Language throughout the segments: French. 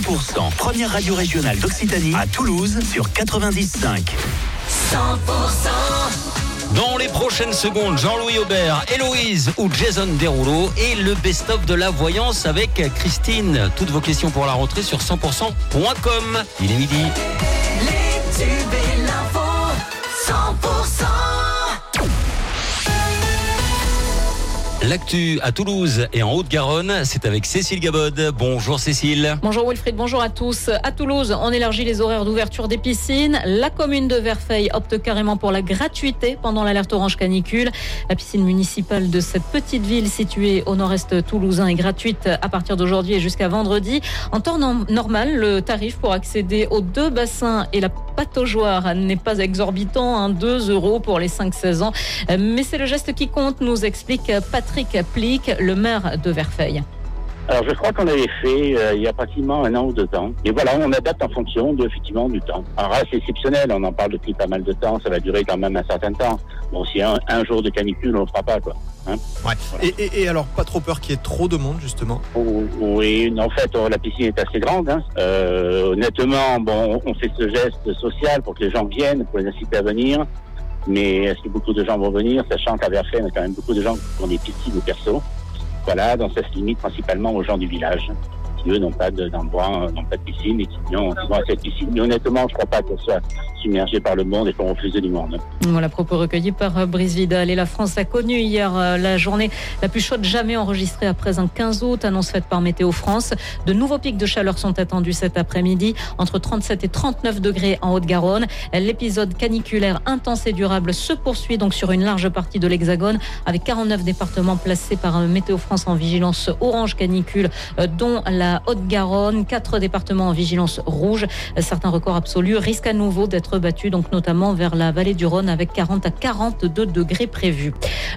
100%, première radio régionale d'Occitanie à Toulouse sur 90.5. 100%. Dans les prochaines secondes, Jean-Louis Aubert, Héloïse ou Jason Derulo et le best-of de la voyance avec Christine. Toutes vos questions pour la rentrée sur 100%.com. Il est midi. Les tubes et l'info, 100%. L'actu à Toulouse et en Haute-Garonne, c'est avec Cécile Gabod. Bonjour Cécile. Bonjour Wilfried, bonjour à tous. À Toulouse, on élargit les horaires d'ouverture des piscines. La commune de Verfeil opte carrément pour la gratuité pendant l'alerte orange canicule. La piscine municipale de cette petite ville située au nord-est toulousain est gratuite à partir d'aujourd'hui et jusqu'à vendredi. En temps normal, le tarif pour accéder aux 2 bassins et la pataugeoire n'est pas exorbitant, 2 € pour les 5-16 ans. Mais c'est le geste qui compte, nous explique Patrick Plique, le maire de Verfeil. Alors je crois qu'on avait fait il y a pratiquement 1 an ou 2 ans. Et voilà, on adapte en fonction effectivement du temps. Alors là, c'est exceptionnel, on en parle depuis pas mal de temps, ça va durer quand même un certain temps. Bon, si un jour de canicule, on le fera pas, quoi. Ouais. Voilà. Et alors, pas trop peur qu'il y ait trop de monde, justement? Oui, en fait, la piscine est assez grande. Honnêtement, bon, on fait ce geste social pour que les gens viennent, pour les inciter à venir. Mais est-ce que beaucoup de gens vont venir, sachant qu'à Verfeil, on a quand même beaucoup de gens qui ont des piscines perso. Voilà, donc ça se limite principalement aux gens du village, qui eux n'ont pas d'endroit, n'ont pas de piscine et qui vont à cette piscine. Mais honnêtement, je ne crois pas qu'elle soit submergée par le monde et qu'on refuse du monde. Voilà, propos recueillis par Brice Vidal. Et la France a connu hier la journée la plus chaude jamais enregistrée après un 15 août, annonce faite par Météo France. De nouveaux pics de chaleur sont attendus cet après-midi, entre 37 et 39 degrés en Haute-Garonne. L'épisode caniculaire intense et durable se poursuit donc sur une large partie de l'Hexagone, avec 49 départements placés par Météo France en vigilance orange canicule, dont la Haute-Garonne, 4 départements en vigilance rouge. Certains records absolus risquent à nouveau d'être battus, donc notamment vers la vallée du Rhône avec 40 à 42 degrés prévus.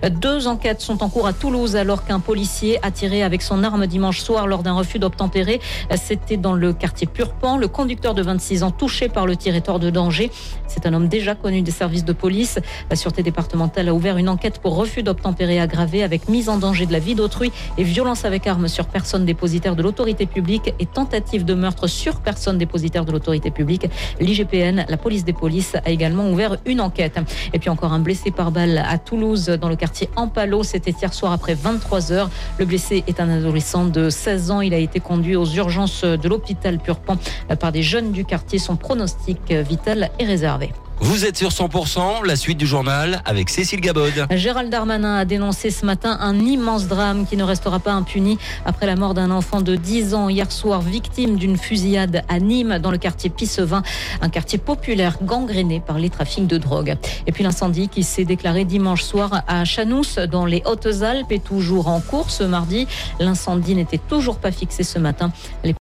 2 enquêtes sont en cours à Toulouse alors qu'un policier a tiré avec son arme dimanche soir lors d'un refus d'obtempérer. C'était dans le quartier Purpan. Le conducteur de 26 ans touché par le tir est hors de danger. C'est un homme déjà connu des services de police. La sûreté départementale a ouvert une enquête pour refus d'obtempérer aggravé avec mise en danger de la vie d'autrui et violence avec arme sur personne dépositaire de l'autorité publique et tentative de meurtre sur personne dépositaire de l'autorité publique. L'IGPN, la police des polices, a également ouvert une enquête. Et puis encore un blessé par balle à Toulouse dans le quartier Ampalo. C'était hier soir après 23 heures. Le blessé est un adolescent de 16 ans. Il a été conduit aux urgences de l'hôpital Purpan par des jeunes du quartier. Son pronostic vital est réservé. Vous êtes sur 100%, la suite du journal avec Cécile Gabod. Gérald Darmanin a dénoncé ce matin un immense drame qui ne restera pas impuni après la mort d'un enfant de 10 ans hier soir, victime d'une fusillade à Nîmes dans le quartier Pissevin, un quartier populaire gangréné par les trafics de drogue. Et puis l'incendie qui s'est déclaré dimanche soir à Chanous dans les Hautes-Alpes est toujours en cours ce mardi. L'incendie n'était toujours pas fixé ce matin.